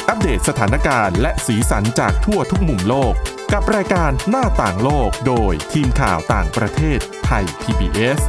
อัปเดตสถานการณ์และสีสันจากทั่วทุกมุมโลกกับรายการหน้าต่างโลกโดยทีมข่าวต่างประเทศไทย PBS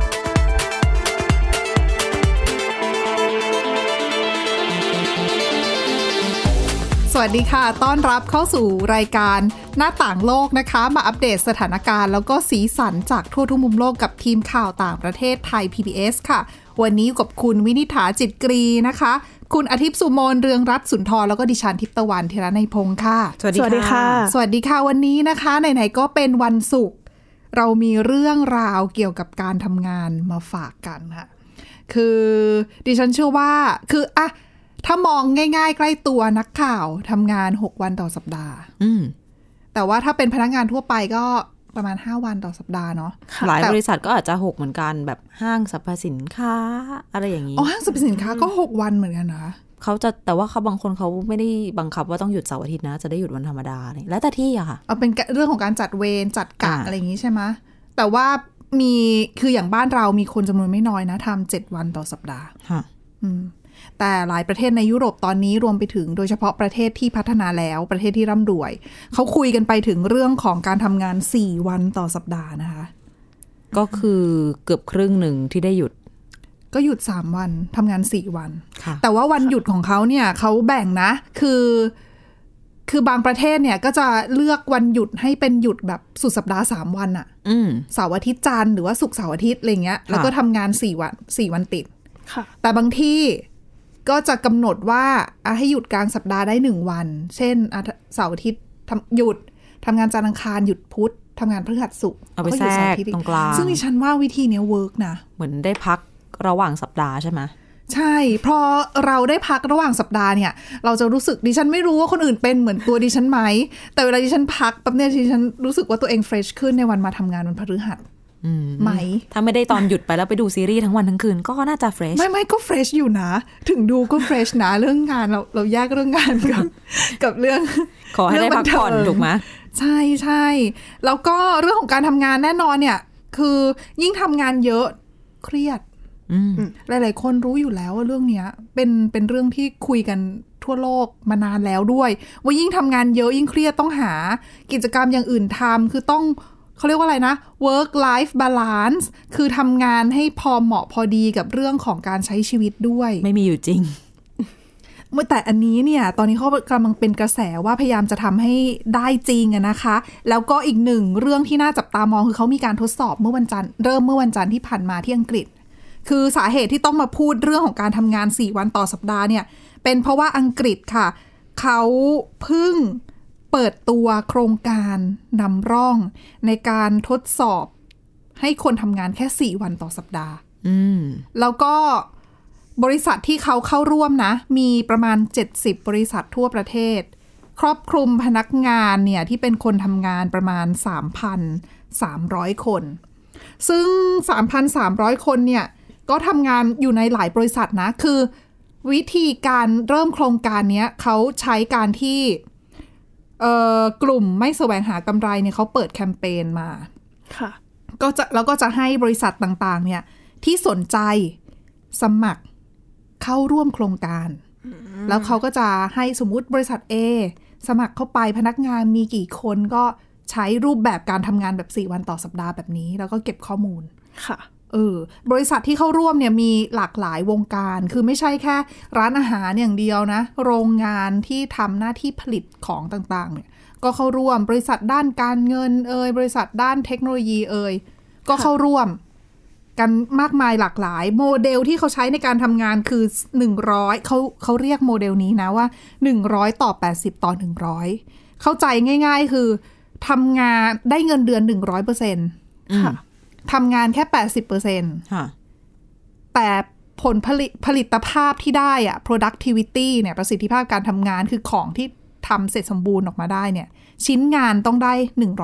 สวัสดีค่ะต้อนรับเข้าสู่รายการหน้าต่างโลกนะคะมาอัปเดตสถานการณ์แล้วก็สีสันจากทั่วทุกมุมโลกกับทีมข่าวต่างประเทศไทย PBS ค่ะวันนี้อยู่กับคุณวินิษฐาจิตกรีนะคะคุณอาทิตย์สุโมนเรืองรัตน์สุนทรแล้วก็ดิฉันทิพย์ตะวันธีรนัยพงค์ค่ะสวัสดีค่ะสวัสดีค่ะวันนี้นะคะไหนๆก็เป็นวันศุกร์เรามีเรื่องราวเกี่ยวกับการทำงานมาฝากกันค่ะคือดิฉันเชื่อว่าคือถ้ามองง่ายๆใกล้ตัวนักข่าวทำงาน6วันต่อสัปดาห์แต่ว่าถ้าเป็นพนักงานทั่วไปก็ประมาณ5วันต่อสัปดาห์เนาะหลายบริษัทก็อาจจะ6เหมือนกันแบบห้างสรรพสินค้าอะไรอย่างนี้ห้างสรรพสินค้าก็6วันเหมือนกันนะเขาจะแต่ว่าเขาบางคนเขาไม่ได้บังคับว่าต้องหยุดเสาร์อาทิตย์นะจะได้หยุดวันธรรมดาเลยแล้วแต่ที่อะค่ะเป็นเรื่องของการจัดเวรจัดกะอะไรอย่างนี้ใช่ไหมแต่ว่ามีคืออย่างบ้านเรามีคนจำนวนไม่น้อยนะทำ7วันต่อสัปดาห์แต่หลายประเทศในยุโรปตอนนี้รวมไปถึงโดยเฉพาะประเทศที่พัฒนาแล้วประเทศที่ร่ำรวยเขาคุยกันไปถึงเรื่องของการทำงาน4วันต่อสัปดาห์นะคะก็คือเกือบครึ่งหนึ่งที่ได้หยุดก็หยุด3วันทำงาน4วันแต่ว่าวันหยุดของเขาเนี่ยเขาแบ่งนะคือบางประเทศเนี่ยก็จะเลือกวันหยุดให้เป็นหยุดแบบสุดสัปดาห์3วันอะเสาร์อาทิตย์จันทร์หรือว่าศุกร์เสาร์อาทิตย์อะไรเงี้ยแล้วก็ทำงาน4วันติดแต่บางที่ก็จะกำหนดว่าให้หยุดกลางสัปดาห์ได้1วันเช่นเสาร์อาทิตย์หยุดทำงานจันทร์อังคารหยุดพุธทำงานพฤหัสศุกร์เอาไปแทรกตรงกลางซึ่งดิฉันว่าวิธีนี้เวิร์กนะเหมือนได้พักระหว่างสัปดาห์ใช่ไหมใช่พอเราได้พักระหว่างสัปดาห์เนี่ยเราจะรู้สึกดิฉันไม่รู้ว่าคนอื่นเป็นเหมือนตัวดิฉันไหมแต่เวลาดิฉันพักปั๊บเนี่ยดิฉันรู้สึกว่าตัวเองเฟรชขึ้นในวันมาทำงานวันพฤหัสไหมถ้าไม่ได้ตอนหยุดไปแล้วไปดูซีรีส์ทั้งวันทั้งคืนก็น่าจะเฟรชไม่ก็เฟรชอยู่นะถึงดูก็เฟรชนะเรื่องงานเราแยกเรื่องงานกับเรื่องขอให้ได้พักผ่อนถูกไหมใช่ใช่แล้วก็เรื่องของการทำงานแน่นอนเนี่ยคือยิ่งทำงานเยอะเครียดหลายๆคนรู้อยู่แล้วว่าเรื่องนี้เป็นเรื่องที่คุยกันทั่วโลกมานานแล้วด้วยว่ายิ่งทำงานเยอะยิ่งเครียดต้องหากิจกรรมอย่างอื่นทำคือต้องเขาเรียกว่าอะไรนะ work life balance คือทำงานให้พอเหมาะพอดีกับเรื่องของการใช้ชีวิตด้วยไม่มีอยู่จริงแต่อันนี้เนี่ยตอนนี้เขากำลังเป็นกระแสว่าพยายามจะทำให้ได้จริงนะคะแล้วก็อีกหนึ่งเรื่องที่น่าจับตามองคือเขามีการทดสอบเมื่อวันจันทร์ที่ผ่านมาที่อังกฤษคือสาเหตุที่ต้องมาพูดเรื่องของการทำงาน4วันต่อสัปดาห์เนี่ยเป็นเพราะว่าอังกฤษค่ะเขาเพิ่งเปิดตัวโครงการนำร่องในการทดสอบให้คนทำงานแค่4วันต่อสัปดาห์แล้วก็บริษัทที่เขาเข้าร่วมนะมีประมาณ70บริษัททั่วประเทศครอบคลุมพนักงานเนี่ยที่เป็นคนทำงานประมาณ 3,300 คนซึ่ง 3,300 คนเนี่ยก็ทำงานอยู่ในหลายบริษัทนะคือวิธีการเริ่มโครงการนี้เขาใช้การที่กลุ่มไม่แสวงหากำไรเนี่ยเขาเปิดแคมเปญมาค่ะแล้วก็จะให้บริษัทต่างๆเนี่ยที่สนใจสมัครเข้าร่วมโครงการแล้วเขาก็จะให้สมมุติบริษัท A สมัครเข้าไปพนักงานมีกี่คนก็ใช้รูปแบบการทำงานแบบ4วันต่อสัปดาห์แบบนี้แล้วก็เก็บข้อมูลค่ะบริษัทที่เข้าร่วมเนี่ยมีหลากหลายวงการคือไม่ใช่แค่ร้านอาหารอย่างเดียวนะโรงงานที่ทำหน้าที่ผลิตของต่างๆเนี่ยก็เข้าร่วมบริษัทด้านการเงินบริษัทด้านเทคโนโลยีก็เข้าร่วมกันมากมายหลากหลายโมเดลที่เขาใช้ในการทำงานคือ100เขาเรียกโมเดลนี้นะว่า100ต่อ80ต่อ100เข้าใจง่ายๆคือทำงานได้เงินเดือน 100% ค่ะทำงานแค่ 80% ค่ะแต่ผลผลิตภาพที่ได้อะ productivity เนี่ยประสิทธิภาพการทำงานคือของที่ทำเสร็จสมบูรณ์ออกมาได้เนี่ยชิ้นงานต้องได้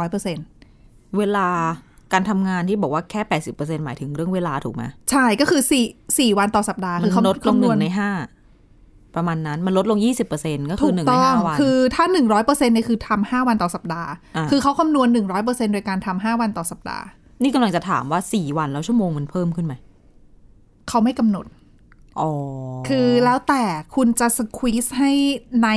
100% เวลาการทำงานที่บอกว่าแค่ 80% หมายถึงเรื่องเวลาถูกไหมใช่ก็คือ4วันต่อสัปดาห์คือลดลง1ใน5ประมาณนั้นมันลดลง 20% ก็คือ1ใน5วันคือถ้า 100% เนี่ยคือทำ5วันต่อสัปดาห์คือเขาคำนวณ 100% โดยการทำ5วันต่อสัปดาห์นี่กำลังจะถามว่า4วันแล้วชั่วโมงมันเพิ่มขึ้นไหมเขาไม่กำหนดอ๋อคือแล้วแต่คุณจะสควีซให้ใน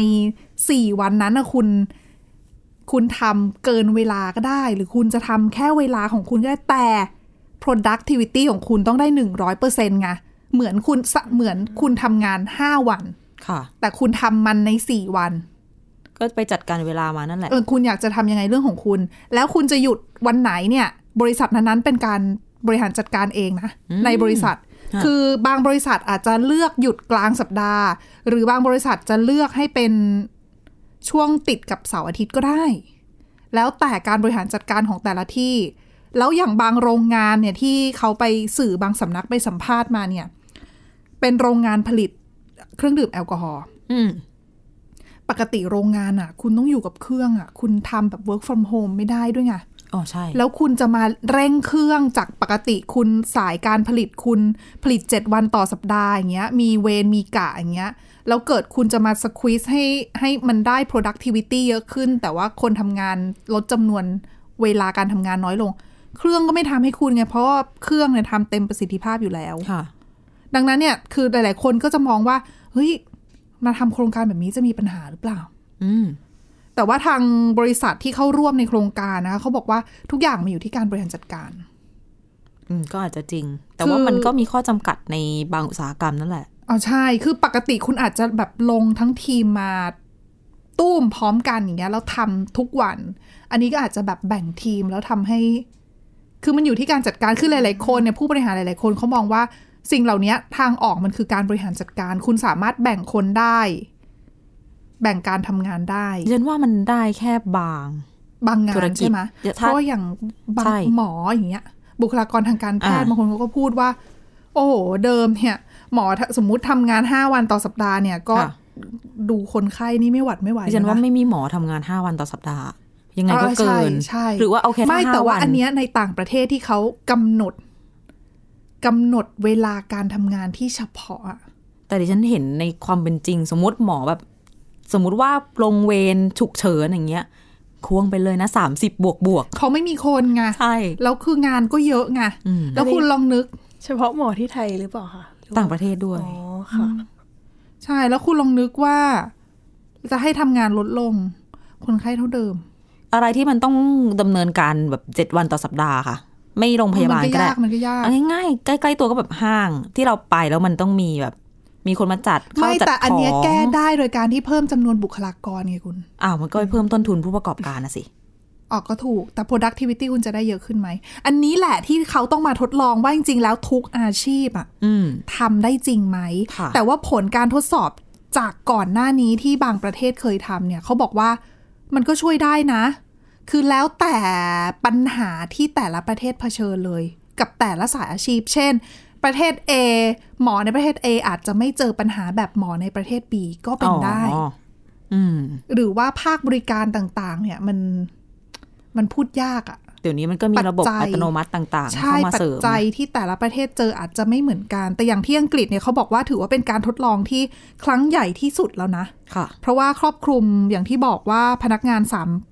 4วันนั้นนะคุณทำเกินเวลาก็ได้หรือคุณจะทำแค่เวลาของคุณก็ได้แต่ productivity ของคุณต้องได้ 100% ไงเหมือนคุณทำงาน5วันค่ะแต่คุณทำมันใน4วันก็ไปจัดการเวลามานั่นแหละคุณอยากจะทำยังไงเรื่องของคุณแล้วคุณจะหยุดวันไหนเนี่ยบริษัทนั้นๆเป็นการบริหารจัดการเองนะในบริษัทคือบางบริษัทอาจจะเลือกหยุดกลางสัปดาห์หรือบางบริษัทจะเลือกให้เป็นช่วงติดกับเสาร์อาทิตย์ก็ได้แล้วแต่การบริหารจัดการของแต่ละที่แล้วอย่างบางโรงงานเนี่ยที่เขาไปสื่อบางสำนักไปสัมภาษณ์มาเนี่ยเป็นโรงงานผลิตเครื่องดื่มแอลกอฮอล์ปกติโรงงานอ่ะคุณต้องอยู่กับเครื่องอ่ะคุณทำแบบ work from home ไม่ได้ด้วยไงอ๋อใช่แล้วคุณจะมาเร่งเครื่องจากปกติคุณสายการผลิตคุณผลิต7วันต่อสัปดาห์อย่างเงี้ยมีเวรมีกะอย่างเงี้ยแล้วเกิดคุณจะมาสควีซให้มันได้ productivity เยอะขึ้นแต่ว่าคนทำงานลดจำนวนเวลาการทำงานน้อยลงเครื่องก็ไม่ทำให้คุณไงเพราะว่าเครื่องเนี่ยทำเต็มประสิทธิภาพอยู่แล้วดังนั้นเนี่ยคือหลายๆคนก็จะมองว่าเฮ้ยมาทำโครงการแบบนี้จะมีปัญหาหรือเปล่าแต่ว่าทางบริษัทที่เข้าร่วมในโครงการนะคะเขาบอกว่าทุกอย่างมันอยู่ที่การบริหารจัดการก็อาจจะจริงแต่ว่ามันก็มีข้อจำกัดในบางอุตสาหกรรมนั่นแหละอ๋อใช่คือปกติคุณอาจจะแบบลงทั้งทีมมาตุ้มพร้อมกันอย่างเงี้ยแล้วทำทุกวันอันนี้ก็อาจจะแบบแบ่งทีมแล้วทำให้คือมันอยู่ที่การจัดการคือหลายๆคนเนี่ยผู้บริหารหลายๆคนเขามองว่าสิ่งเหล่านี้ทางออกมันคือการบริหารจัดการคุณสามารถแบ่งคนได้แบ่งการทำงานได้ฉันว่ามันได้แค่บางงานใช่ไหมเพราะอย่างบางหมออย่างเงี้ยบุคลากรทางการแพทย์บางคนเขาก็พูดว่าโอ้โหเดิมเนี่ยหมอสมมุติทำงาน5วันต่อสัปดาห์เนี่ยก็ดูคนไข้นี่ไม่หวัดไม่ไหวฉันว่าไม่มีหมอทำงาน5วันต่อสัปดาห์ยังไงก็เกินหรือว่าโอเคไม่แต่ว่าอันเนี้ยในต่างประเทศที่เขากำหนดเวลาการทำงานที่เฉพาะแต่ดิฉันเห็นในความเป็นจริงสมมติหมอแบบสมมุติว่าลงเวรฉุกเฉินอย่างเงี้ยควงไปเลยนะ30บวกเขาไม่มีคนไงใช่แล้วคืองานก็เยอะไงแล้วคุณลองนึกเฉพาะหมอที่ไทยหรือเปล่าคะต่างประเทศด้วยอ๋อค่ะใช่แล้วคุณลองนึกว่าจะให้ทำงานลดลงคนไข้เท่าเดิมอะไรที่มันต้องดำเนินการแบบ7วันต่อสัปดาห์ค่ะไม่โรงพยาบาลก็ได้มันก็ยากง่ายๆใกล้ๆตัวก็แบบห้างที่เราไปแล้วมันต้องมีแบบมีคนมาจัดไม่แต่อันนี้แก้ได้โดยการที่เพิ่มจำนวนบุคลากรไงคุณมันก็เพิ่มต้นทุนผู้ประกอบการนะสิก็ถูกแต่ productivity คุณจะได้เยอะขึ้นไหมอันนี้แหละที่เขาต้องมาทดลองว่าจริงๆแล้วทุกอาชีพทำได้จริงไหมแต่ว่าผลการทดสอบจากก่อนหน้านี้ที่บางประเทศเคยทำเนี่ยเขาบอกว่ามันก็ช่วยได้นะคือแล้วแต่ปัญหาที่แต่ละประเทศเผชิญเลยกับแต่ละสายอาชีพเช่นประเทศ A หมอในประเทศ A อาจจะไม่เจอปัญหาแบบหมอในประเทศ B ก็เป็นได้หรือว่าภาคบริการต่างๆเนี่ยมันพูดยากอ่ะเดี๋ยวนี้มันก็มีระบบอัตโนมัติต่างๆเข้ามาเสริมปัจจัยที่แต่ละประเทศเจออาจจะไม่เหมือนกันแต่อย่างที่อังกฤษเนี่ยเขาบอกว่าถือว่าเป็นการทดลองที่ครั้งใหญ่ที่สุดแล้วนะเพราะว่าครอบคลุมอย่างที่บอกว่าพนักงาน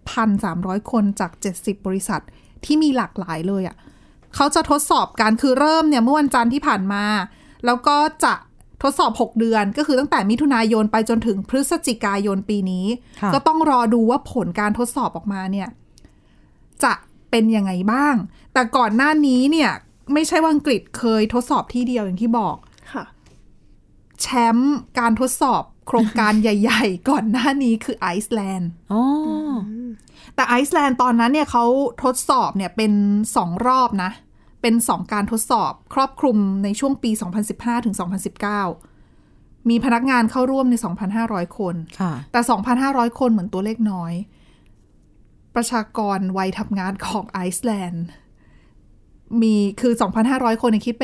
3,300 คนจาก70บริษัทที่มีหลากหลายเลยอ่ะเขาจะทดสอบการคือเริ่มเนี่ยเมื่อวันจันทร์ที่ผ่านมาแล้วก็จะทดสอบ6เดือนก็คือตั้งแต่มิถุนายนไปจนถึงพฤศจิกายนปีนี้ก็ต้องรอดูว่าผลการทดสอบออกมาเนี่ยจะเป็นยังไงบ้างแต่ก่อนหน้านี้เนี่ยไม่ใช่ว่าอังกฤษเคยทดสอบที่เดียวอย่างที่บอกแชมป์การทดสอบโครงการใหญ่ๆก่อนหน้านี้คือไอซ์แลนด์แต่ไอซ์แลนด์ตอนนั้นเนี่ยเขาทดสอบเนี่ยเป็น2รอบนะเป็น2การทดสอบครอบคลุมในช่วงปี2015ถึง2019มีพนักงานเข้าร่วมใน 2,500 คนแต่ 2,500 คนเหมือนตัวเลขน้อยประชากรวัยทำงานของไอซ์แลนด์มีคือ 2,500 คนคิดเป็น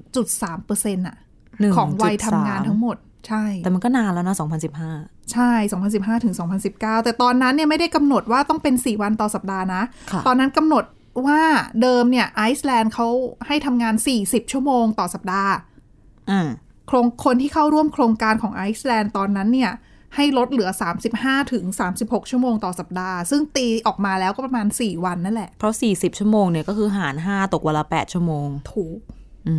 1.3% อ่ะของวัยทำงานทั้งหมดใช่แต่มันก็นานแล้วนะ2015 ใช่2015ถึง2019แต่ตอนนั้นเนี่ยไม่ได้กำหนดว่าต้องเป็น4วันต่อสัปดาห์นะตอนนั้นกำหนดว่าเดิมเนี่ยไอซ์แลนด์เขาให้ทำงาน40ชั่วโมงต่อสัปดาห์คนที่เข้าร่วมโครงการของไอซ์แลนด์ตอนนั้นเนี่ยให้ลดเหลือ35ถึง36ชั่วโมงต่อสัปดาห์ซึ่งตีออกมาแล้วก็ประมาณ4วันนั่นแหละเพราะ40ชั่วโมงเนี่ยก็คือหาร5ตกวันละ8ชั่วโมงถูก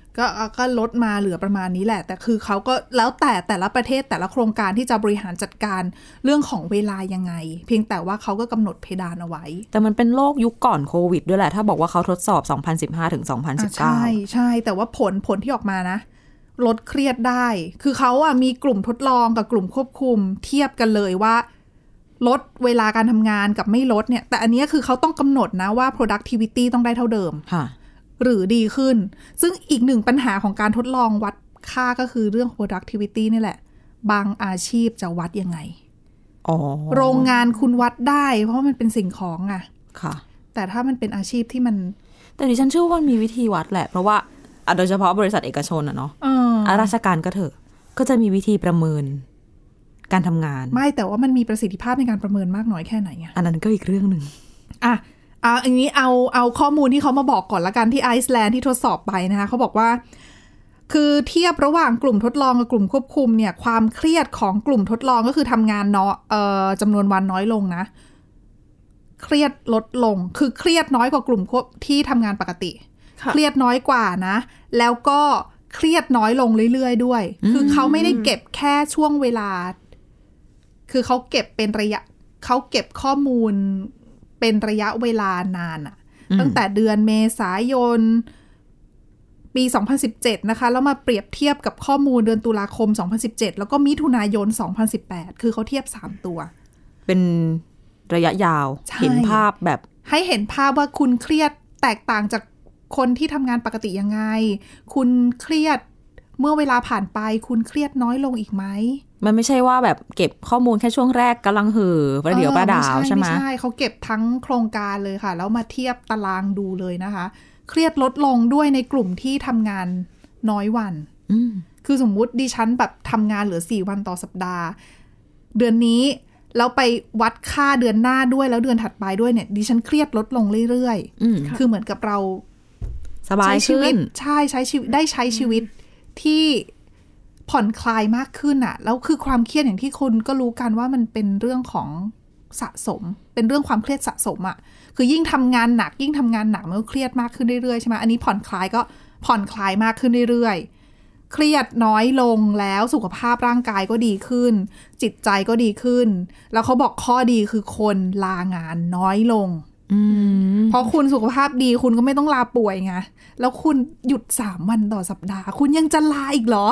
ก็ลดมาเหลือประมาณนี้แหละแต่คือเขาก็แล้วแต่ละประเทศแต่ละโครงการที่จะบริหารจัดการเรื่องของเวลายังไงเพียงแต่ว่าเขาก็กำหนดเพดานเอาไว้แต่มันเป็นโลกยุคก่อนโควิดด้วยแหละถ้าบอกว่าเขาทดสอบ2015ถึง2019 ใช่แต่ว่าผลที่ออกมานะลดเครียดได้คือเขาอะมีกลุ่มทดลองกับกลุ่มควบคุมเทียบกันเลยว่าลดเวลาการทำงานกับไม่ลดเนี่ยแต่อันนี้คือเขาต้องกำหนดนะว่า productivity ต้องได้เท่าเดิมหรือดีขึ้นซึ่งอีกหนึ่งปัญหาของการทดลองวัดค่าก็คือเรื่อง productivity นี่แหละบางอาชีพจะวัดยังไงโรงงานคุณวัดได้เพราะมันเป็นสิ่งของอะค่ะแต่ถ้ามันเป็นอาชีพที่มันแต่ดิฉันเชื่อว่ามีวิธีวัดแหละเพราะว่าโดยเฉพาะบริษัทเอกชนอะเนาะราชการก็เถอะก็จะมีวิธีประเมินการทำงานไม่แต่ว่ามันมีประสิทธิภาพในการประเมินมากน้อยแค่ไหนอันนั้นก็อีกเรื่องนึงอันนี้เอาข้อมูลที่เขามาบอกก่อนละกันที่ไอซ์แลนด์ที่ทดสอบไปนะคะเขาบอกว่าคือเทียบระหว่างกลุ่มทดลองกับกลุ่มควบคุมเนี่ยความเครียดของกลุ่มทดลองก็คือทำงานจำนวนวันน้อยลงนะเครียดลดลงคือเครียดน้อยกว่ากลุ่มที่ทำงานปกติเครียดน้อยกว่านะแล้วก็เครียดน้อยลงเรื่อยๆด้วยคือเขาไม่ได้เก็บแค่ช่วงเวลาคือเขาเก็บเป็นระยะเขาเก็บข้อมูลเป็นระยะเวลานานอะตั้งแต่เดือนเมษายนปี2017นะคะแล้วมาเปรียบเทียบกับข้อมูลเดือนตุลาคม2017แล้วก็มิถุนายน2018คือเขาเทียบ3ตัวเป็นระยะยาวเห็นภาพแบบให้เห็นภาพว่าคุณเครียดแตกต่างจากคนที่ทำงานปกติยังไงคุณเครียดเมื่อเวลาผ่านไปคุณเครียดน้อยลงอีกไหมมันไม่ใช่ว่าแบบเก็บข้อมูลแค่ช่วงแรกกำลังหือประเดี๋ยวประดาวใช่ไหมไม่ใช่เขาเก็บทั้งโครงการเลยค่ะแล้วมาเทียบตารางดูเลยนะคะเครียดลดลงด้วยในกลุ่มที่ทำงานน้อยวันคือสมมุติดิฉันแบบทำงานเหลือ4วันต่อสัปดาห์เดือนนี้แล้วไปวัดค่าเดือนหน้าด้วยแล้วเดือนถัดไปด้วยเนี่ยดิฉันเครียดลดลงเรื่อยๆคือเหมือนกับเราสบายขึ้นใช่ใช้ชีวิตได้ใช้ชีวิตที่ผ่อนคลายมากขึ้นอ่ะแล้วคือความเครียดอย่างที่คนก็รู้กันว่ามันเป็นเรื่องของสะสมเป็นเรื่องความเครียดสะสมอ่ะคือยิ่งทำงานหนักมันก็เครียดมากขึ้นเรื่อยๆใช่ไหมอันนี้ผ่อนคลายก็ผ่อนคลายมากขึ้นเรื่อยๆเครียดน้อยลงแล้วสุขภาพร่างกายก็ดีขึ้นจิตใจก็ดีขึ้นแล้วเขาบอกข้อดีคือคนลางานน้อยลงเพราะคุณสุขภาพดีคุณก็ไม่ต้องลาป่วยไงแล้วคุณหยุด3วันต่อสัปดาห์คุณยังจะลาอีกเหรอ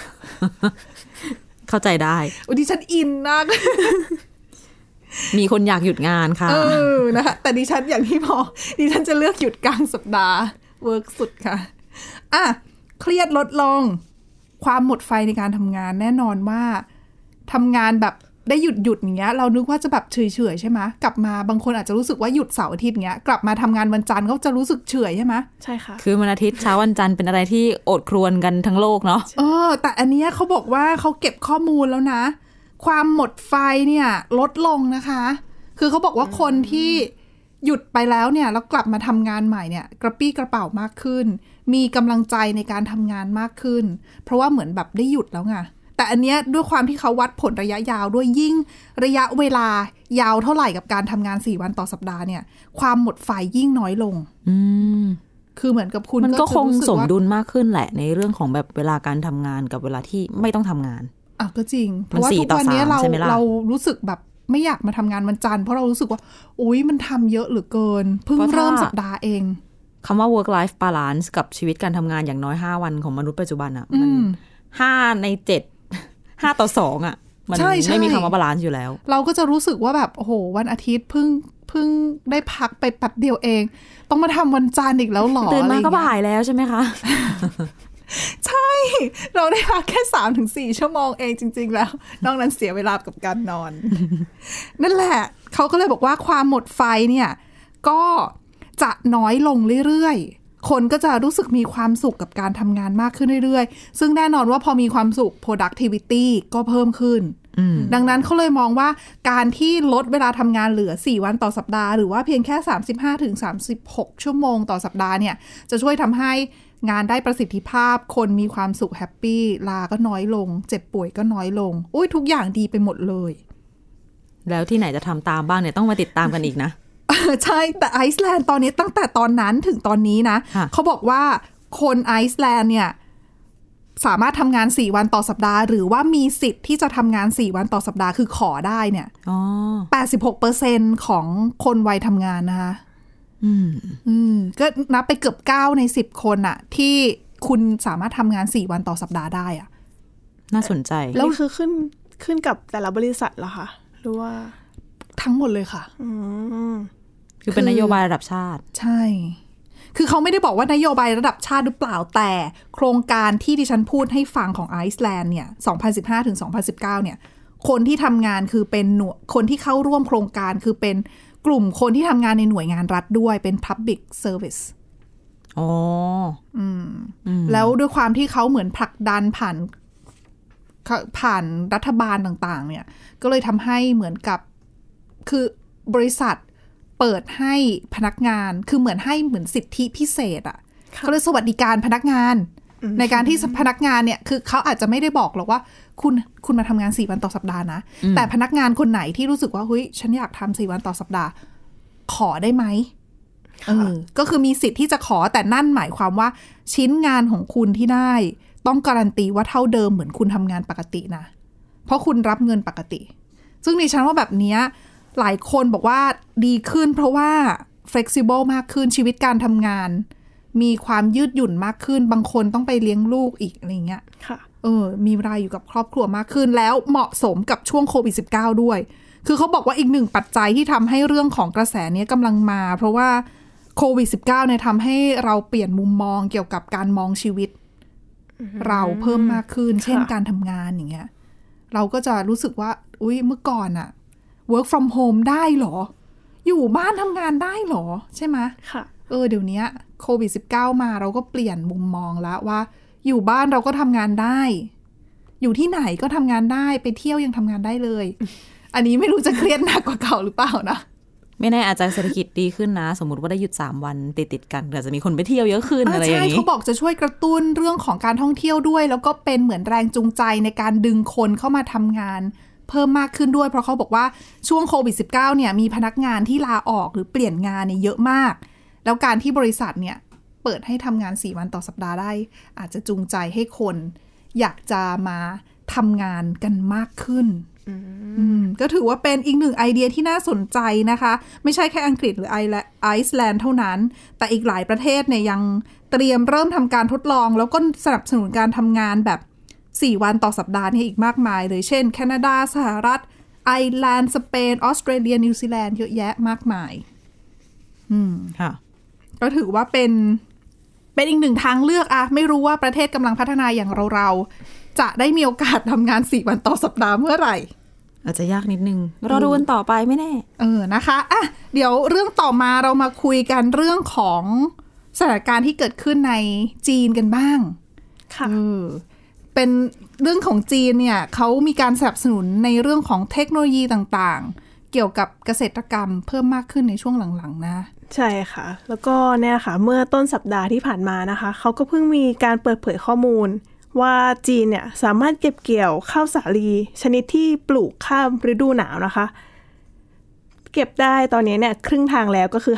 เข้าใจได้ดิฉันอินนะมีคนอยากหยุดงานค่ะนะคะแต่ดิฉันอย่างที่บอกดิฉันจะเลือกหยุดกลางสัปดาห์เวิร์กสุดค่ะเครียดลดลงความหมดไฟในการทำงานแน่นอนว่าทำงานแบบได้หยุดอย่างเงี้ยเรานึกว่าจะแบบเฉยๆใช่ไหมกลับมาบางคนอาจจะรู้สึกว่าหยุดเสาร์อาทิตย์เงี้ยกลับมาทำงานวันจันทร์ก็จะรู้สึกเฉยใช่ไหมใช่ค่ะคือวันอาทิตย์เช้าวันจันทร์เป็นอะไรที่อดครวญกันทั้งโลกเนาะแต่อันเนี้ยเขาบอกว่าเขาเก็บข้อมูลแล้วนะความหมดไฟเนี่ยลดลงนะคะคือเขาบอกว่าคนที่หยุดไปแล้วเนี่ยแล้วกลับมาทำงานใหม่เนี่ยกระปี้กระเป๋ามากขึ้นมีกำลังใจในการทำงานมากขึ้นเพราะว่าเหมือนแบบได้หยุดแล้วไงแต่อันเนี้ยด้วยความที่เขาวัดผลระยะยาวด้วยยิ่งระยะเวลายาวเท่าไหร่กับการทำงาน4วันต่อสัปดาห์เนี่ยความหมดไฟยิ่งน้อยลงคือเหมือนกับคุณมันก็คงสมดุลมากขึ้นแหละในเรื่องของแบบเวลาการทำงานกับเวลาที่ไม่ต้องทำงานก็จริงเพราะว่าทุกวันนี้เรารู้สึกแบบไม่อยากมาทำงานวันจันทร์เพราะเรารู้สึกว่าอุ๊ยมันทำเยอะเหลือเกินเพิ่งเริ่มสัปดาห์เองคำว่า work life balance กับชีวิตการทำงานอย่างน้อย5วันของมนุษย์ปัจจุบันอ่ะมัน5 ใน 7 5 ต่อ 2อ่ะมันไม่มีคำว่าบาลานซ์อยู่แล้วเราก็จะรู้สึกว่าแบบโอ้โหวันอาทิตย์เพิ่งได้พักไปแป๊บเดียวเองต้องมาทำวันจันทร์อีกแล้วหรอตื่นมาก็บ่ายแล้วใช่ไหมคะใช่เราได้พักแค่ 3-4 ชั่วโมงเองจริงๆแล้วนอกนั้นเสียเวลากับการนอน นั่นแหละเขาก็เลยบอกว่าความหมดไฟเนี่ยก็จะน้อยลงเรื่อยๆคนก็จะรู้สึกมีความสุขกับการทำงานมากขึ้นเรื่อยๆซึ่งแน่นอนว่าพอมีความสุข productivity ก็เพิ่มขึ้นดังนั้นเขาเลยมองว่าการที่ลดเวลาทำงานเหลือ4วันต่อสัปดาห์หรือว่าเพียงแค่ 35-36 ชั่วโมงต่อสัปดาห์เนี่ยจะช่วยทำให้งานได้ประสิทธิภาพคนมีความสุขแฮปปี้ลาก็น้อยลงเจ็บป่วยก็น้อยลงอุ้ยทุกอย่างดีไปหมดเลยแล้วที่ไหนจะทำตามบ้างเนี่ยต้องมาติดตามกันอีกนะใช่แต่ไอซ์แลนด์ตอนนี้ตั้งแต่ตอนนั้นถึงตอนนี้นะเขาบอกว่าคนไอซ์แลนด์เนี่ยสามารถทำงาน4วันต่อสัปดาห์หรือว่ามีสิทธิ์ที่จะทำงาน4วันต่อสัปดาห์คือขอได้เนี่ย86% ของคนวัยทำงานนะคะก็นับไปเกือบ9ใน10คนอะที่คุณสามารถทำงาน4วันต่อสัปดาห์ได้อะน่าสนใจแล้วคือขึ้นกับแต่ละบริษัทเหรอคะหรือว่าทั้งหมดเลยค่ะคือเป็นนโยบายระดับชาติใช่คือเขาไม่ได้บอกว่านโยบายระดับชาติหรือเปล่าแต่โครงการที่ดิฉันพูดให้ฟังของไอซ์แลนด์เนี่ย2015ถึง2019เนี่ยคนที่ทำงานคือเป็นคนที่เข้าร่วมโครงการคือเป็นกลุ่มคนที่ทำงานในหน่วยงานรัฐด้วยเป็น Public Service อ๋อแล้วด้วยความที่เขาเหมือนผลักดันผ่านรัฐบาลต่างๆเนี่ยก็เลยทำให้เหมือนกับคือบริษัทเปิดให้พนักงานคือเหมือนให้เหมือนสิทธิพิเศษอ่ะเขาเรียกสวัสดิการพนักงานในการที่พนักงานเนี่ยคือเขาอาจจะไม่ได้บอกหรอกว่าคุณมาทำงาน4วันต่อสัปดาห์นะแต่พนักงานคนไหนที่รู้สึกว่าเฮ้ยฉันอยากทำ4วันต่อสัปดาห์ขอได้ไหมก็คือมีสิทธิ์ที่จะขอแต่นั่นหมายความว่าชิ้นงานของคุณที่ได้ต้องการันตีว่าเท่าเดิมเหมือนคุณทำงานปกตินะเพราะคุณรับเงินปกติซึ่งดิฉันว่าแบบนี้หลายคนบอกว่าดีขึ้นเพราะว่า flexible มากขึ้นชีวิตการทำงานมีความยืดหยุ่นมากขึ้นบางคนต้องไปเลี้ยงลูกอีกอะไรเงี้ยค่ะมีเวลาอยู่กับครอบครัวมากขึ้นแล้วเหมาะสมกับช่วงโควิด -19 ด้วยคือเขาบอกว่าอีกหนึ่งปัจจัยที่ทำให้เรื่องของกระแสนี้กำลังมาเพราะว่าโควิด -19 เนี่ยทำให้เราเปลี่ยนมุมมองเกี่ยวกับการมองชีวิตเราเพิ่มมากขึ้นเช่นการทำงานอย่างเงี้ยเราก็จะรู้สึกว่าอุ๊ยเมื่อก่อนอะwork from home ได้เหรออยู่บ้านทำงานได้เหรอใช่ไหมค่ะเดี๋ยวนี้โควิด -19 มาเราก็เปลี่ยนมุมมองแล้วว่าอยู่บ้านเราก็ทำงานได้อยู่ที่ไหนก็ทำงานได้ไปเที่ยวยังทำงานได้เลย อันนี้ไม่รู้จะเครียดหนักกว่าเก่าหรือเปล่านะไม่แน่อาจจะเศรษฐกิจดีขึ้นนะสมมติว่าได้หยุด3วันติดกันอาจจะมีคนไปเที่ยวเยอะขึ้นอะไรอย่างนี้ใช่เขาบอกจะช่วยกระตุ้นเรื่องของการท่องเที่ยวด้วยแล้วก็เป็นเหมือนแรงจูงใจในการดึงคนเข้ามาทำงานเพิ่มมากขึ้นด้วยเพราะเขาบอกว่าช่วงโควิด -19 เนี่ยมีพนักงานที่ลาออกหรือเปลี่ยนงานเนี่ยเยอะมากแล้วการที่บริษัทเนี่ยเปิดให้ทำงาน4วันต่อสัปดาห์ได้อาจจะจูงใจให้คนอยากจะมาทำงานกันมากขึ้นก็ถือว่าเป็นอีกหนึ่งไอเดียที่น่าสนใจนะคะไม่ใช่แค่อังกฤษหรือไอซ์แลนด์เท่านั้นแต่อีกหลายประเทศเนี่ยยังเตรียมเริ่มทำการทดลองแล้วก็สนับสนุนการทำงานแบบ4วันต่อสัปดาห์นี่อีกมากมายเลยเช่นแคนาดาสหรัฐไอร์แลนด์สเปนออสเตรเลียนิวซีแลนด์เยอะแยะมากมายค่ะก็ถือว่าเป็นอีกหนึ่งทางเลือกอะไม่รู้ว่าประเทศกำลังพัฒนาอย่างเราจะได้มีโอกาสทำงาน4วันต่อสัปดาห์เมื่อไหร่อาจจะยากนิดนึงเราดูกันต่อไปไม่แน่นะคะอ่ะเดี๋ยวเรื่องต่อมาเรามาคุยกันเรื่องของสถานการณ์ที่เกิดขึ้นในจีนกันบ้างค่ะเป็นเรื่องของจีนเนี่ยเขามีการสนับสนุนในเรื่องของเทคโนโลยีต่างๆเกี่ยวกับเกษตรกรรมเพิ่มมากขึ้นในช่วงหลังๆนะใช่ค่ะแล้วก็เนี่ยค่ะเมื่อต้นสัปดาห์ที่ผ่านมานะคะเขาก็เพิ่งมีการเปิดเผยข้อมูลว่าจีนเนี่ยสามารถเก็บเกี่ยวข้าวสาลีชนิดที่ปลูกข้ามฤดูหนาวนะคะเก็บได้ตอนนี้เนี่ยครึ่งทางแล้วก็คือ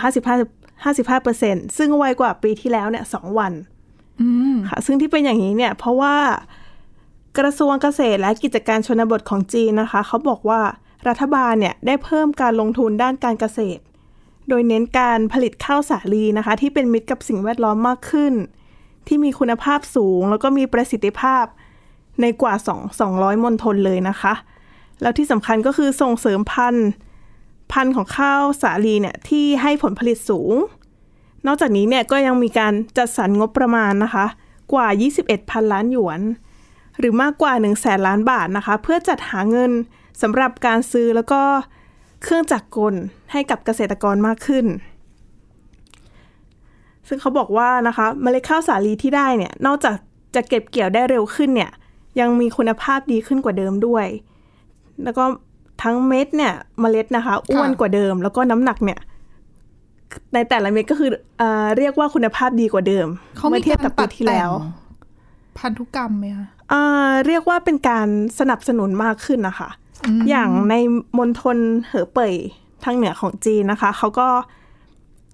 55%ซึ่งไวกว่าปีที่แล้วเนี่ย2 วันค่ะซึ่งที่เป็นอย่างนี้เนี่ยเพราะว่ากระทรวงเกษตรและกิจการชนบทของจีนนะคะเขาบอกว่ารัฐบาลเนี่ยได้เพิ่มการลงทุนด้านการเกษตรโดยเน้นการผลิตข้าวสาลีนะคะที่เป็นมิตรกับสิ่งแวดล้อมมากขึ้นที่มีคุณภาพสูงแล้วก็มีประสิทธิภาพในกว่า200 มณฑลเลยนะคะแล้วที่สำคัญก็คือส่งเสริมพันธุ์ของข้าวสาลีเนี่ยที่ให้ผลผลิตสูงนอกจากนี้เนี่ยก็ยังมีการจัดสรรงบประมาณนะคะกว่า 21,000 ล้านหยวนหรือมากกว่า 100,000 ล้านบาทนะคะเพื่อจัดหาเงินสำหรับการซื้อแล้วก็เครื่องจักรกลให้กับเกษตรกรมากขึ้นซึ่งเขาบอกว่านะคะเมล็ดข้าวสาลีที่ได้เนี่ยนอกจากจะเก็บเกี่ยวได้เร็วขึ้นเนี่ยยังมีคุณภาพดีขึ้นกว่าเดิมด้วยแล้วก็ทั้งเม็ดเนี่ยเมล็ดนะคะอ้วนกว่าเดิมแล้วก็น้ำหนักเนี่ยในแต่ละเม็ดก็คือเรียกว่าคุณภาพดีกว่าเดิมเมื่อเทียบกับปีที่แล้วพันธุกรรมไหมคะเรียกว่าเป็นการสนับสนุนมากขึ้นนะคะอย่างในมณฑลเหอเป่ยทางเหนือของจีนนะคะเขาก็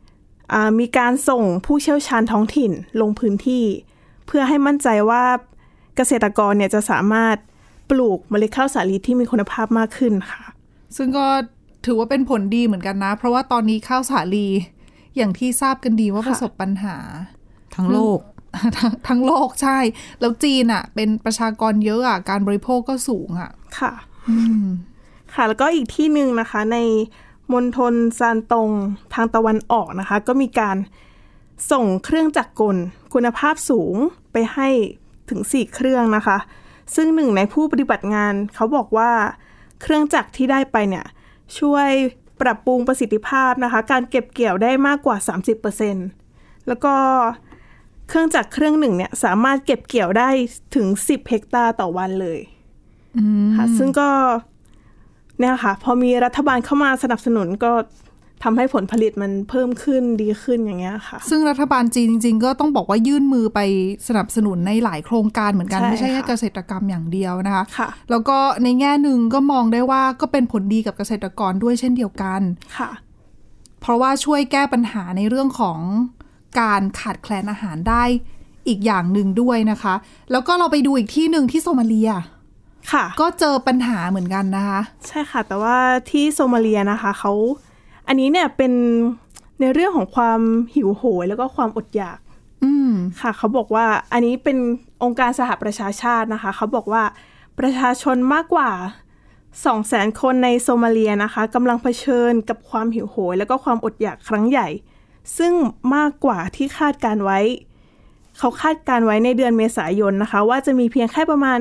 มีการส่งผู้เชี่ยวชาญท้องถิ่นลงพื้นที่เพื่อให้มั่นใจว่าเกษตรกรเนี่ยจะสามารถปลูกเมล็ดข้าวสาลีที่มีคุณภาพมากขึ้นค่ะซึ่งก็ถือว่าเป็นผลดีเหมือนกันนะเพราะว่าตอนนี้ข้าวสาลีอย่างที่ทราบกันดีว่าประสบปัญหาทั้งโลกทั้งโลกใช่แล้วจีนอ่ะเป็นประชากรเยอะอ่ะการบริโภคก็สูงอ่ะค่ะค่ะแล้วก็อีกที่นึงนะคะในมณฑลซานตงทางตะวันออกนะคะก็มีการส่งเครื่องจักรกลคุณภาพสูงไปให้ถึง4เครื่องนะคะซึ่งหนึ่งในผู้ปฏิบัติงานเขาบอกว่าเครื่องจักรที่ได้ไปเนี่ยช่วยปรับปรุงประสิทธิภาพนะคะการเก็บเกี่ยวได้มากกว่า 30% แล้วก็เครื่องจักรเครื่องหนึ่งเนี่ยสามารถเก็บเกี่ยวได้ถึง10เฮกตาร์ต่อวันเลยค่ะซึ่งก็เนี่ยค่ะพอมีรัฐบาลเข้ามาสนับสนุนก็ทำให้ผลผลิตมันเพิ่มขึ้นดีขึ้นอย่างเงี้ยค่ะซึ่งรัฐบาลจีนจริงๆก็ต้องบอกว่ายื่นมือไปสนับสนุนในหลายโครงการเหมือนกันไม่ใช่แค่เกษตรกรรมอย่างเดียวนะคะแล้วก็ในแง่นึงก็มองได้ว่าก็เป็นผลดีกับเกษตรกรด้วยเช่นเดียวกันค่ะเพราะว่าช่วยแก้ปัญหาในเรื่องของการขาดแคลนอาหารได้อีกอย่างหนึ่งด้วยนะคะแล้วก็เราไปดูอีกที่นึงที่โซมาเลียค่ะก็เจอปัญหาเหมือนกันนะคะใช่ค่ะแต่ว่าที่โซมาเลียนะคะอันนี้เนี่ยเป็นในเรื่องของความหิวโหยแล้วก็ความอดอยากค่ะเขาบอกว่าอันนี้เป็นองค์การสหประชาชาตินะคะเขาบอกว่าประชาชนมากกว่า 200,000 คนในโซมาเลียนะคะกำลังเผชิญกับความหิวโหยแล้วก็ความอดอยากครั้งใหญ่ซึ่งมากกว่าที่คาดการไว้เขาคาดการไว้ในเดือนเมษายนนะคะว่าจะมีเพียงแค่ประมาณ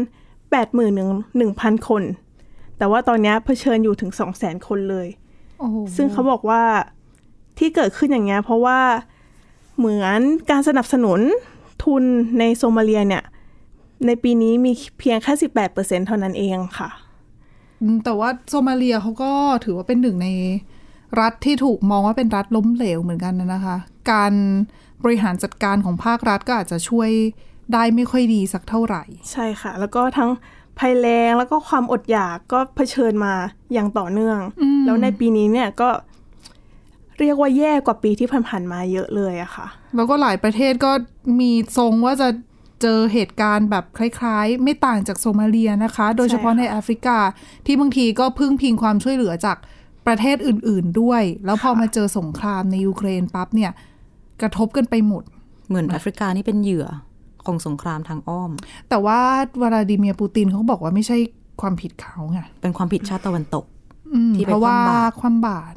81,000 คนแต่ว่าตอนนี้เผชิญอยู่ถึง 200,000 คนเลยซึ่งเขาบอกว่าที่เกิดขึ้นอย่างเงี้ยเพราะว่าเหมือนการสนับสนุนทุนในโซมาเลียเนี่ยในปีนี้มีเพียงแค่ 18% เท่านั้นเองค่ะแต่ว่าโซมาเลียเขาก็ถือว่าเป็นหนึ่งในรัฐที่ถูกมองว่าเป็นรัฐล้มเหลวเหมือนกันนะคะการบริหารจัดการของภาครัฐก็อาจจะช่วยได้ไม่ค่อยดีสักเท่าไหร่ใช่ค่ะแล้วก็ทั้งภัยแล้งแล้วก็ความอดอยากก็เผชิญมาอย่างต่อเนื่องแล้วในปีนี้เนี่ยก็เรียกว่าแย่กว่าปีที่ผ่านๆมาเยอะเลยอะค่ะแล้วก็หลายประเทศก็มีทรงว่าจะเจอเหตุการณ์แบบคล้ายๆไม่ต่างจากโซมาเลียนะคะโดยเฉพาะในแอฟริกาที่บางทีก็พึ่งพิงความช่วยเหลือจากประเทศอื่นๆด้วยแล้วพอมาเจอสงครามในยูเครนปั๊บเนี่ยกระทบกันไปหมดเหมือนแอฟริกานี่เป็นเหยื่อของสงครามทางอ้อมแต่ว่าวลาดิเมียร์ปูตินเขาบอกว่าไม่ใช่ความผิดเขาไงเป็นความผิดชาติตะวันตกที่เพราะว่าความบาตร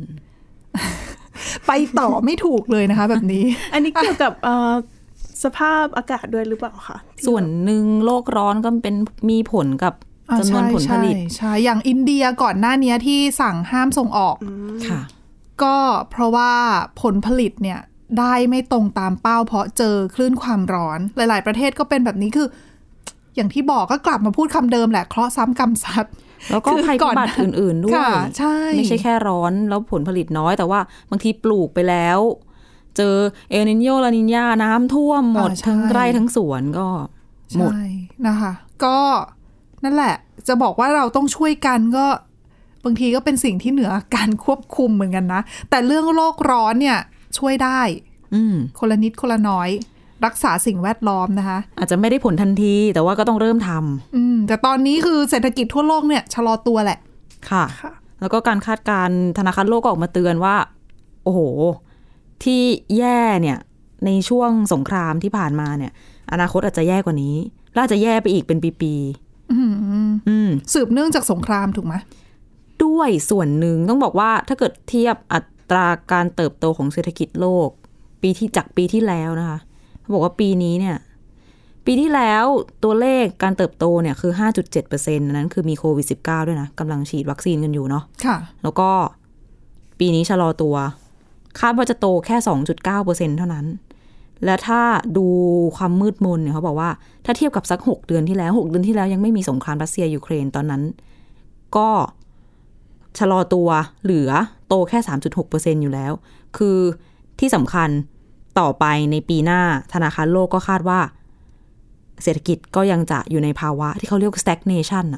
ไปต่อไม่ถูกเลยนะคะแบบนี้อันนี้เกี่ยวกับสภาพอากาศด้วยหรือเปล่าคะส่วนหนึ่งโลกร้อนก็เป็นมีผลกับจำนวนผลผลิตใช่อย่างอินเดียก่อนหน้านี้ที่สั่งห้ามส่งออกค่ะก็เพราะว่าผลผลิตเนี่ยได้ไม่ตรงตามเป้าเพราะเจอคลื่นความร้อนหลายๆประเทศก็เป็นแบบนี้คืออย่างที่บอกก็กลับมาพูดคำเดิมแหละเคราะห์ซ้ำกรรมซัดแล้วก็ภัยพิบัติอื่นๆด้วยใช่ไม่ใช่แค่ร้อนแล้วผลผลิตน้อยแต่ว่าบางทีปลูกไปแล้วเจอเอลนิโญลานิญาน้ำท่วมหมดทั้งไร่ทั้งสวนก็หมดนะคะก็นั่นแหละจะบอกว่าเราต้องช่วยกันก็บางทีก็เป็นสิ่งที่เหนือการควบคุมเหมือนกันนะแต่เรื่องโลกร้อนเนี่ยช่วยได้คนละนิดคนละน้อยรักษาสิ่งแวดล้อมนะคะอาจจะไม่ได้ผลทันทีแต่ว่าก็ต้องเริ่มทำแต่ตอนนี้คือเศรษฐกิจทั่วโลกเนี่ยชะลอตัวแหละค่ะแล้วก็การคาดการณ์ธนาคารโลกก็ออกมาเตือนว่าโอ้โหที่แย่เนี่ยในช่วงสงครามที่ผ่านมาเนี่ยอนาคตอาจจะแย่กว่านี้และอาจจะแย่ไปอีกเป็นปีๆสืบเนื่องจากสงครามถูกไหมด้วยส่วนหนึ่งต้องบอกว่าถ้าเกิดเทียบอัตราการเติบโตของเศรษฐกิจโลกจากปีที่แล้วนะคะเขาบอกว่าปีนี้เนี่ยปีที่แล้วตัวเลขการเติบโตเนี่ยคือ 5.7% นั้นคือมีโควิด -19 ด้วยนะกำลังฉีดวัคซีนกันอยู่เนาะค่ะแล้วก็ปีนี้ชะลอตัวคาดว่าจะโตแค่ 2.9% เท่านั้นและถ้าดูความมืดมนเนี่ยเขาบอกว่าถ้าเทียบกับสัก6 เดือนที่แล้วยังไม่มีสงครามรัสเซียยูเครนตอนนั้นก็ชะลอตัวเหลือโตแค่ 3.6% อยู่แล้วคือที่สำคัญต่อไปในปีหน้าธนาคารโลกก็คาดว่าเศรษฐกิจก็ยังจะอยู่ในภาวะที่เขาเรียกว่า stagnation น่ะ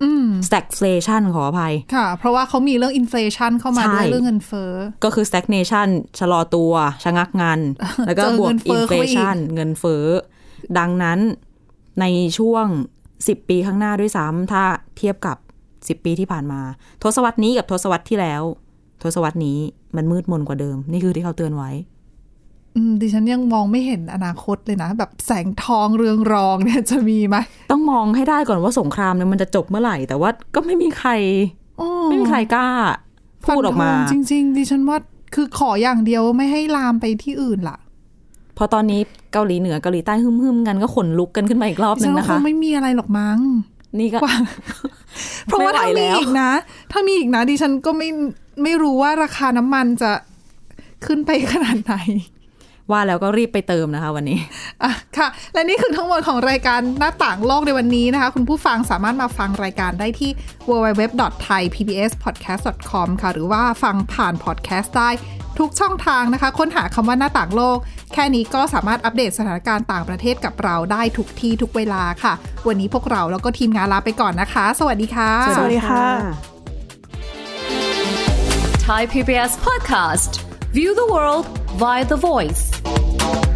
stagflation ขออภัยค่ะเพราะว่าเขามีเรื่อง inflation เข้ามาด้วยเรื่องเงินเฟ้อก็คือ stagnation ชะลอตัวชะงักงัน แล้วก็บวก inflation เงินเฟ้อดังนั้นในช่วง10ปีข้างหน้าด้วยซ้ำถ้าเทียบกับ10ปีที่ผ่านมาทศวรรษนี้กับทศวรรษที่แล้วทศวรรษนี้มันมืดมนกว่าเดิมนี่คือที่เขาเตือนไว้ดิฉันยังมองไม่เห็นอนาคตเลยนะแบบแสงทองเรืองรองเนี่ยจะมีไหมต้องมองให้ได้ก่อนว่าสงครามเนี่ยมันจะจบเมื่อไหร่แต่ว่าก็ไม่มีใครกล้าพูดออกมาจริงๆดิฉันว่าคือขออย่างเดียวไม่ให้ลามไปที่อื่นล่ะพอตอนนี้เกาหลีเหนือเกาหลีใต้หึ่มๆกันก็ขนลุกกันขึ้นมาอีกรอบนึงนะคะคงไม่มีอะไรหรอกมั้งนี่ก็เพราะว่าถ้ามีอีกนะดิฉันก็ไม่รู้ว่าราคาน้ำมันจะขึ้นไปขนาดไหนว่าแล้วก็รีบไปเติมนะคะวันนี้ค่ะและนี่คือทั้งหมดของรายการหน้าต่างโลกในวันนี้นะคะคุณผู้ฟังสามารถมาฟังรายการได้ที่ www.thaipbspodcast.com ค่ะหรือว่าฟังผ่านพอดแคสต์ได้ทุกช่องทางนะคะค้นหาคำว่าหน้าต่างโลกแค่นี้ก็สามารถอัปเดตสถานการณ์ต่างประเทศกับเราได้ทุกที่ทุกเวลาค่ะวันนี้พวกเราแล้วก็ทีมงานลาไปก่อนนะคะสวัสดีค่ะสวัสดีค่ะ Thai PBS Podcast View the world via the voice